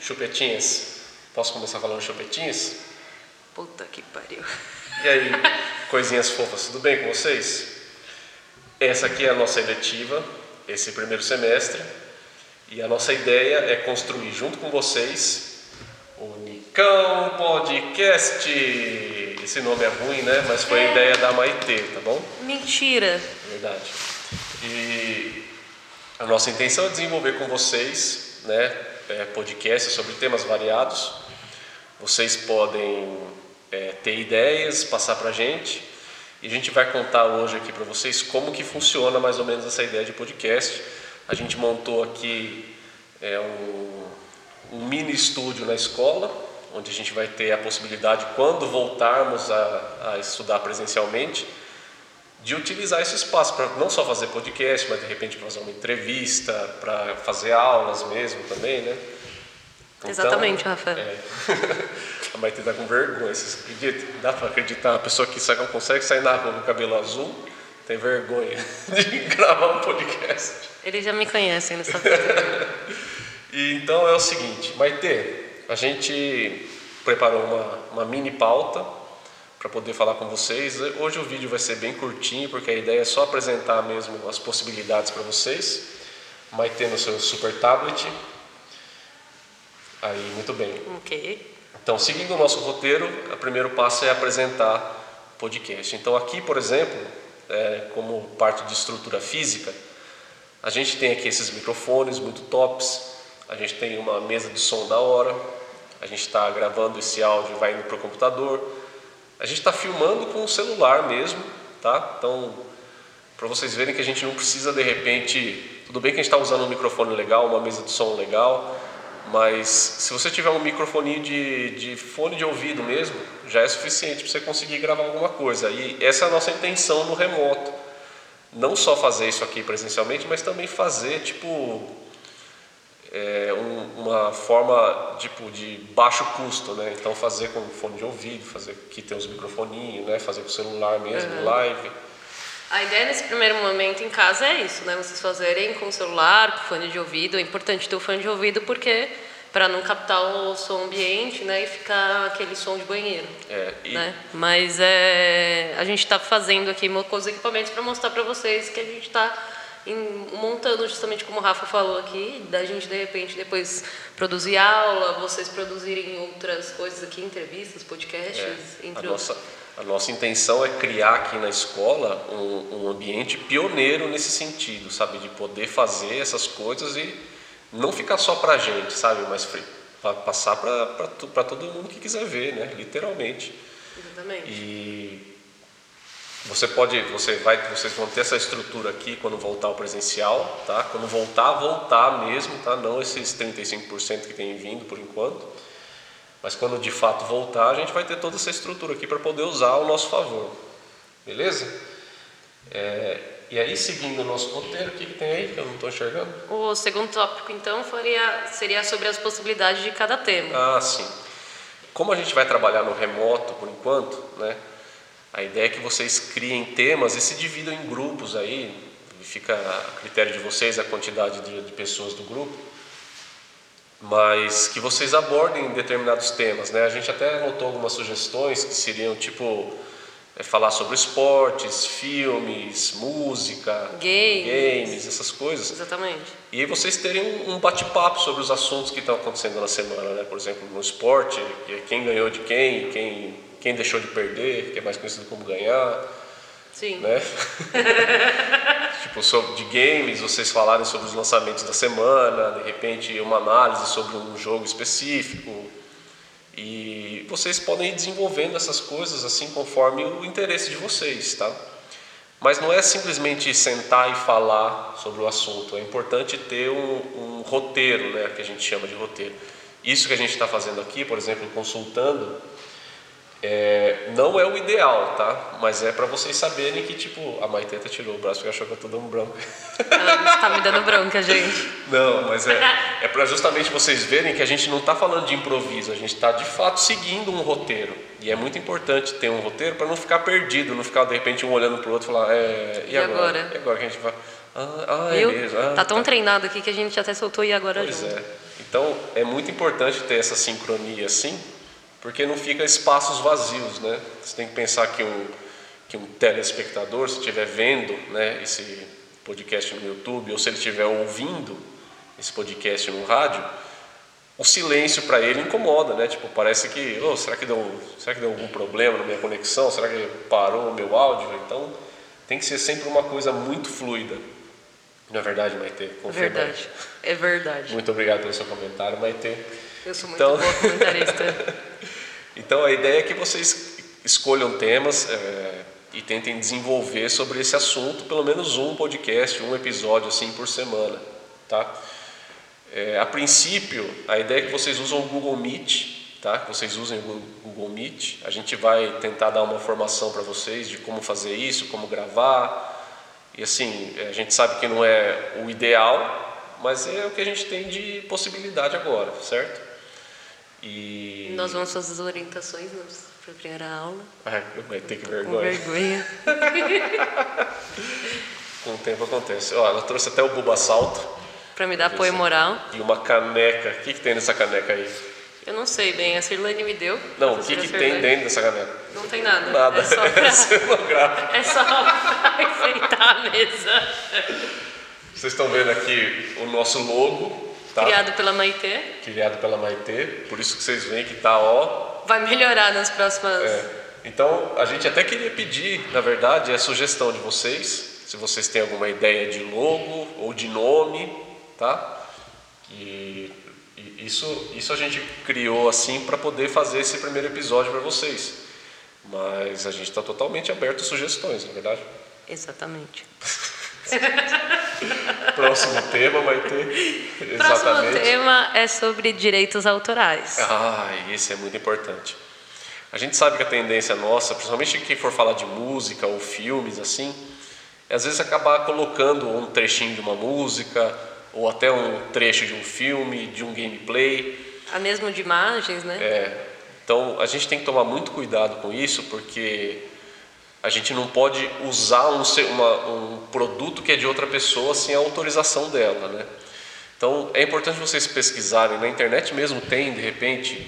chupetinhas? Posso começar falando chupetinhas? Puta que pariu. E aí, coisinhas fofas, tudo bem com vocês? Essa aqui é a nossa eletiva, esse primeiro semestre. E a nossa ideia é construir junto com vocês o Nicão Podcast. Esse nome é ruim, né? Mas foi a ideia da Maitê, tá bom? Mentira. Verdade. E a nossa intenção é desenvolver com vocês, né, podcasts sobre temas variados. Vocês podem ter ideias, passar pra gente. E a gente vai contar hoje aqui para vocês como que funciona mais ou menos essa ideia de podcast. A gente montou aqui um mini estúdio na escola, onde a gente vai ter a possibilidade, quando voltarmos a estudar presencialmente, de utilizar esse espaço para não só fazer podcast, mas de repente fazer uma entrevista, para fazer aulas mesmo também, né? Então, exatamente, Rafael. A Maite está com vergonha, vocês acreditam? Dá para acreditar? Uma pessoa que não consegue sair na rua com o cabelo azul tem vergonha de gravar um podcast. Eles já me conhecem, não sabem. E então é o seguinte, Maite, a gente preparou uma mini pauta para poder falar com vocês. Hoje o vídeo vai ser bem curtinho, porque a ideia é só apresentar mesmo as possibilidades para vocês. Maite no seu super tablet. Aí, muito bem. Ok. Então, seguindo o nosso roteiro, o primeiro passo é apresentar o podcast. Então, aqui, por exemplo, como parte de estrutura física, a gente tem aqui esses microfones muito tops, a gente tem uma mesa de som da hora, a gente está gravando esse áudio e vai indo para o computador, a gente está filmando com o celular mesmo, tá? Então, para vocês verem que a gente não precisa de repente, tudo bem que a gente está usando um microfone legal, uma mesa de som legal, mas se você tiver um microfone de fone de ouvido mesmo, já é suficiente para você conseguir gravar alguma coisa. E essa é a nossa intenção no remoto. Não só fazer isso aqui presencialmente, mas também fazer uma forma de baixo custo, né? Então fazer com fone de ouvido, fazer que tem os microfoninhos, né? Fazer com o celular mesmo, live. A ideia nesse primeiro momento em casa é isso, né? Vocês fazerem com o celular, com fone de ouvido. É importante ter o fone de ouvido porque para não captar o som ambiente, né? E ficar aquele som de banheiro. Né? Mas a gente está fazendo aqui com os equipamentos para mostrar para vocês que a gente está montando, justamente como o Rafa falou aqui, da gente de repente depois produzir aula, vocês produzirem outras coisas aqui, entrevistas, podcasts, entre outros. A nossa intenção é criar aqui na escola um ambiente pioneiro nesse sentido, sabe? De poder fazer essas coisas e não ficar só pra gente, sabe? Mas passar pra todo mundo que quiser ver, né? Literalmente. Exatamente. E vocês vão ter essa estrutura aqui quando voltar ao presencial, tá? Quando voltar mesmo, tá? Não esses 35% que tem vindo por enquanto. Mas quando de fato voltar, a gente vai ter toda essa estrutura aqui para poder usar ao nosso favor. Beleza? E aí, seguindo o nosso roteiro, o que tem aí que eu não estou enxergando? O segundo tópico, então, seria sobre as possibilidades de cada tema. Ah, sim. Como a gente vai trabalhar no remoto por enquanto, né? A ideia é que vocês criem temas e se dividam em grupos aí. Fica a critério de vocês a quantidade de pessoas do grupo. Mas que vocês abordem determinados temas, né? A gente até anotou algumas sugestões que seriam falar sobre esportes, filmes, música, games, essas coisas. Exatamente. E aí vocês terem um bate-papo sobre os assuntos que estão acontecendo na semana, né? Por exemplo, no esporte, quem ganhou de quem deixou de perder, que é mais conhecido como ganhar. Sim. Né? De games, vocês falarem sobre os lançamentos da semana, de repente uma análise sobre um jogo específico. E vocês podem ir desenvolvendo essas coisas assim conforme o interesse de vocês, tá? Mas não é simplesmente sentar e falar sobre o assunto. É importante ter um roteiro, né? Que a gente chama de roteiro. Isso que a gente está fazendo aqui, por exemplo, consultando, não é o ideal, tá? Mas é para vocês saberem que, a Maite até tirou o braço porque achou que eu tô dando branco. Ela está me dando bronca, gente. Não, mas é para justamente vocês verem que a gente não está falando de improviso, a gente está de fato seguindo um roteiro. E é muito importante ter um roteiro para não ficar perdido, não ficar de repente um olhando para o outro e falar, e agora? E agora que a gente vai... Tá tão treinado aqui que a gente até soltou e agora Pois junto. Então, é muito importante ter essa sincronia assim, porque não fica espaços vazios, né? Você tem que pensar que um telespectador, se estiver vendo, né, esse podcast no YouTube, ou se ele estiver ouvindo esse podcast no rádio, o silêncio para ele incomoda, né? Tipo, parece que, será que deu algum problema na minha conexão? Será que parou o meu áudio? Então, tem que ser sempre uma coisa muito fluida. Não é verdade, Maitê? Verdade. É verdade. Muito obrigado pelo seu comentário, Maitê. Eu sou muito boa comentarista. Então, a ideia é que vocês escolham temas e tentem desenvolver sobre esse assunto, pelo menos um podcast, um episódio assim por semana, tá? A princípio, a ideia é que vocês usam o Google Meet, tá? Que vocês usem o Google Meet. A gente vai tentar dar uma formação para vocês de como fazer isso, como gravar. E assim, a gente sabe que não é o ideal, mas é o que a gente tem de possibilidade agora, certo? E nós vamos fazer as orientações para a primeira aula. Vai ter que Com vergonha. Com o tempo acontece. Ela trouxe até o Buba Salto. Para me dar apoio moral. E uma caneca. O que tem nessa caneca aí? Eu não sei bem, a Cirlane me deu. Não, o que tem dentro dessa caneca? Não tem nada. Nada, é só pra... cenográfico. É só para enfeitar a mesa. Vocês estão vendo aqui o nosso logo, tá? Criado pela Maitê. Criado pela Maitê, por isso que vocês veem que tá, ó... Vai melhorar nas próximas... Então, a gente até queria pedir, na verdade, a sugestão de vocês, se vocês têm alguma ideia de logo ou de nome, tá? E isso a gente criou assim para poder fazer esse primeiro episódio para vocês. Mas a gente está totalmente aberto a sugestões, não é verdade? Exatamente. Próximo tema vai ter. Exatamente. Próximo tema é sobre direitos autorais. Esse é muito importante. A gente sabe que a tendência nossa, principalmente quem for falar de música ou filmes assim, é às vezes acabar colocando um trechinho de uma música ou até um trecho de um filme, de um gameplay. A mesmo de imagens, né? Então a gente tem que tomar muito cuidado com isso, porque a gente não pode usar um produto que é de outra pessoa sem a autorização dela, né? Então é importante vocês pesquisarem, na internet mesmo tem, de repente,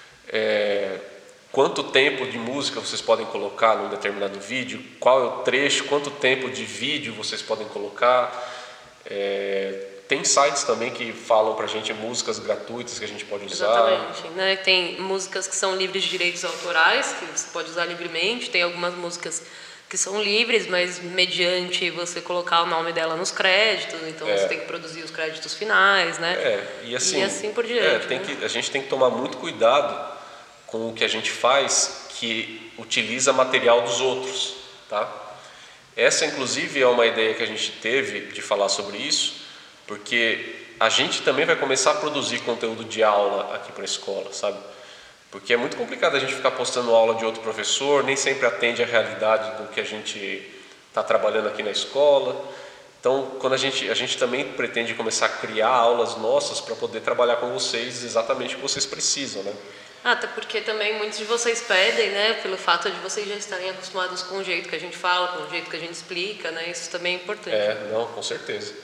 quanto tempo de música vocês podem colocar num determinado vídeo, qual é o trecho, quanto tempo de vídeo vocês podem colocar. Tem sites também que falam pra gente músicas gratuitas que a gente pode usar. Exatamente, né? Tem músicas que são livres de direitos autorais, que você pode usar livremente. Tem algumas músicas que são livres, mas mediante você colocar o nome dela nos créditos. Então você tem que produzir os créditos finais, né? E assim por diante. A gente tem que tomar muito cuidado com o que a gente faz que utiliza material dos outros, tá? Essa inclusive é uma ideia que a gente teve de falar sobre isso, porque a gente também vai começar a produzir conteúdo de aula aqui para a escola, sabe? Porque é muito complicado a gente ficar postando aula de outro professor, nem sempre atende a realidade do que a gente está trabalhando aqui na escola. Então, quando a gente também pretende começar a criar aulas nossas para poder trabalhar com vocês exatamente o que vocês precisam, né? Até porque também muitos de vocês pedem, né, pelo fato de vocês já estarem acostumados com o jeito que a gente fala, com o jeito que a gente explica, né? Isso também é importante. Não, com certeza.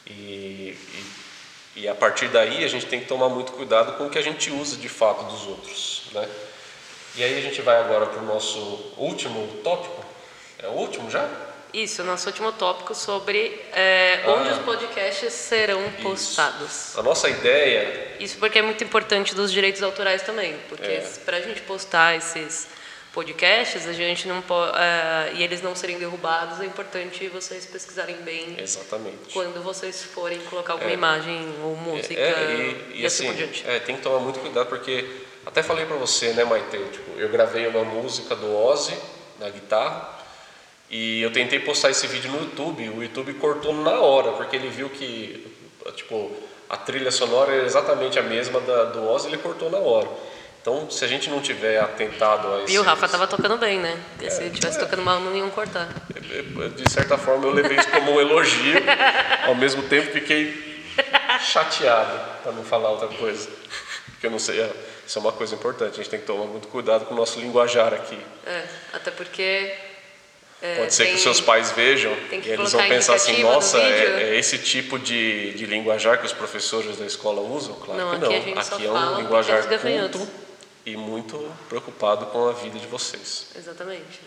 E a partir daí a gente tem que tomar muito cuidado com o que a gente usa de fato dos outros, né? E aí a gente vai agora para o nosso último tópico. É o último já? Isso, o nosso último tópico sobre onde os podcasts serão postados. A nossa ideia... Isso porque é muito importante dos direitos autorais também, porque para a gente postar esses podcasts, a gente não pode, e eles não serem derrubados, é importante vocês pesquisarem bem. Exatamente. Quando vocês forem colocar alguma imagem ou música e assim por diante. Tem que tomar muito cuidado, porque até falei para você, né, Maitê, eu gravei uma música do Ozzy na guitarra e eu tentei postar esse vídeo no YouTube. O YouTube cortou na hora, porque ele viu que a trilha sonora era exatamente a mesma do Ozzy, ele cortou na hora. Então, se a gente não tiver atentado a isso... E o Rafa estava tocando bem, né? Porque se ele estivesse tocando mal, não iam cortar. De certa forma, eu levei isso como um elogio. Ao mesmo tempo, fiquei chateado, para não falar outra coisa. Porque eu não sei, isso é uma coisa importante. A gente tem que tomar muito cuidado com o nosso linguajar aqui. Até porque Pode ser que os seus pais vejam e eles vão pensar assim, nossa, é esse tipo de linguajar que os professores da escola usam? Claro que não. Aqui é um linguajar culto e muito preocupado com a vida de vocês. Exatamente.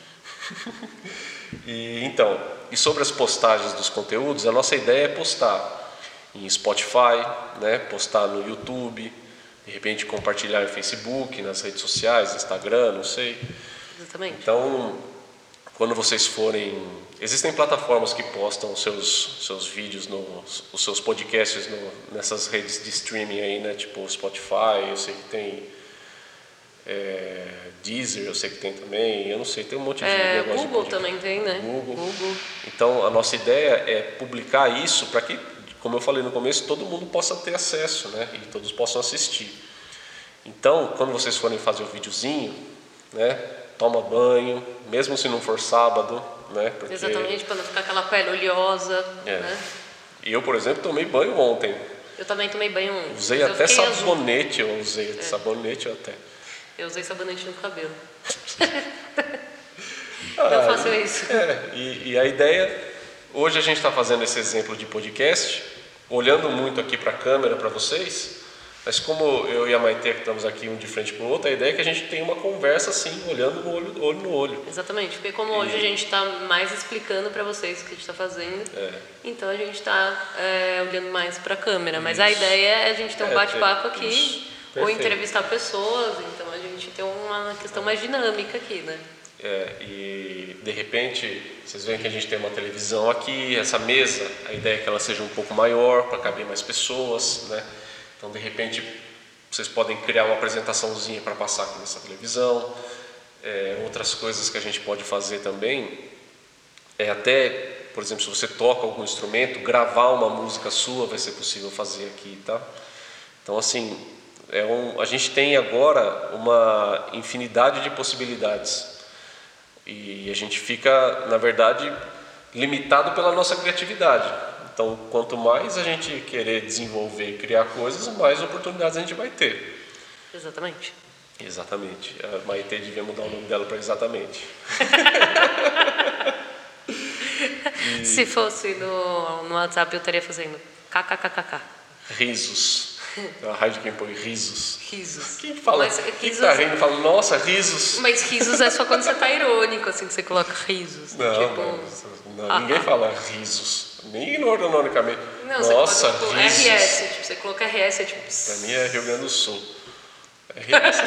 E sobre as postagens dos conteúdos, a nossa ideia é postar em Spotify, né? Postar no YouTube, de repente compartilhar em Facebook, nas redes sociais, Instagram, não sei. Exatamente. Então, quando vocês forem... Existem plataformas que postam os seus vídeos, os seus podcasts nessas redes de streaming aí, né? Tipo Spotify, eu sei que tem Deezer, eu sei que tem também, eu não sei, tem um monte de negócio. Google também tem, né? Google. Então, a nossa ideia é publicar isso para que, como eu falei no começo, todo mundo possa ter acesso, né? E todos possam assistir. Então, quando vocês forem fazer o videozinho, né? Toma banho, mesmo se não for sábado, né? Porque... Exatamente, para não ficar aquela pele oleosa, né? E eu, por exemplo, tomei banho ontem. Eu também tomei banho ontem. Usei até sabonete, sabonete até. Eu usei sabonete no cabelo. Eu faço isso. E a ideia, hoje a gente está fazendo esse exemplo de podcast, olhando muito aqui para a câmera para vocês, mas como eu e a Maitê que estamos aqui um de frente para o outro, a ideia é que a gente tenha uma conversa assim, olhando olho no olho. Exatamente, porque como hoje a gente está mais explicando para vocês o que a gente está fazendo, então a gente está olhando mais para a câmera, mas a ideia é a gente ter um bate-papo aqui, ou entrevistar pessoas, então a gente tem uma questão mais dinâmica aqui, né? E de repente vocês veem que a gente tem uma televisão aqui, essa mesa, a ideia é que ela seja um pouco maior para caber mais pessoas, né? Então de repente vocês podem criar uma apresentaçãozinha para passar aqui nessa televisão. Outras coisas que a gente pode fazer também até, por exemplo, se você toca algum instrumento, gravar uma música sua vai ser possível fazer aqui, tá? Então assim, a gente tem agora uma infinidade de possibilidades e a gente fica, na verdade, limitado pela nossa criatividade. Então, quanto mais a gente querer desenvolver e criar coisas, mais oportunidades a gente vai ter. Exatamente. Exatamente. A Maitê devia mudar o nome dela para Exatamente. Se fosse no WhatsApp, eu estaria fazendo kkkk. Risos. A rádio quem põe risos. Risos. Quem fala? Quem tá rindo fala, nossa, risos. Mas risos é só quando você tá irônico, assim, que você coloca risos. Não, não, ninguém fala risos. Nem ironicamente. Não, nossa, você coloca, risos. RS, tipo, você coloca RS, é tipo... Pra mim é Rio Grande do Sul. RS.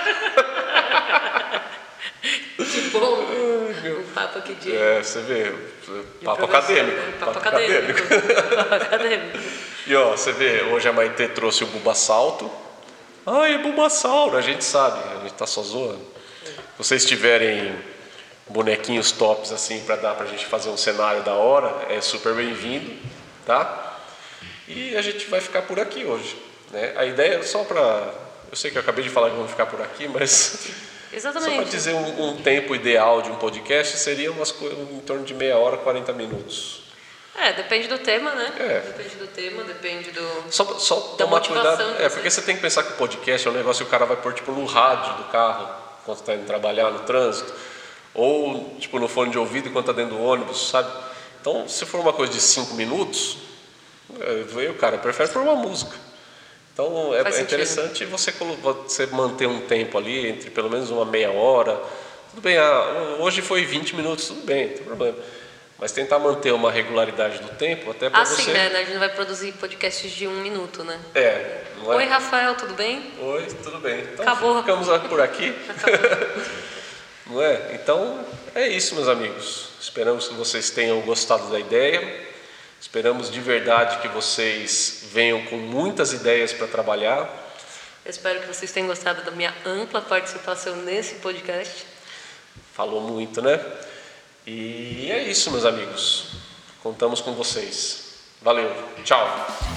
Que bom. Um papo aqui de... você vê, papo acadêmico. Né? Papo acadêmico. E você vê, hoje a Maitê trouxe o Bulbasalto. É Bulbasauro, a gente sabe, a gente tá só zoando. Se vocês tiverem bonequinhos tops assim para dar pra gente fazer um cenário da hora, é super bem-vindo, tá? E a gente vai ficar por aqui hoje, né? A ideia é só para... Eu sei que eu acabei de falar que vamos ficar por aqui, mas... Exatamente. Só para dizer um tempo ideal de um podcast seria em torno de meia hora, 40 minutos. Depende do tema, né? Depende do tema, depende do... Só da tomar motivação. Cuidado. Porque você tem que pensar que o podcast é um negócio que o cara vai pôr tipo no rádio do carro, quando está indo trabalhar no trânsito, ou tipo no fone de ouvido quando está dentro do ônibus, sabe? Então, se for uma coisa de 5 minutos, o cara prefere pôr uma música. Então, é interessante você manter um tempo ali, entre pelo menos uma meia hora. Tudo bem, hoje foi 20 minutos, tudo bem, não tem problema. Mas tentar manter uma regularidade do tempo, até para você... sim, né? A gente não vai produzir podcasts de 1 minuto, né? Não é? Oi, Rafael, tudo bem? Oi, tudo bem. Então, acabou. Ficamos por aqui. Não é? Então, é isso, meus amigos. Esperamos que vocês tenham gostado da ideia. Esperamos de verdade que vocês venham com muitas ideias para trabalhar. Eu espero que vocês tenham gostado da minha ampla participação nesse podcast. Falou muito, né? E é isso, meus amigos. Contamos com vocês. Valeu. Tchau.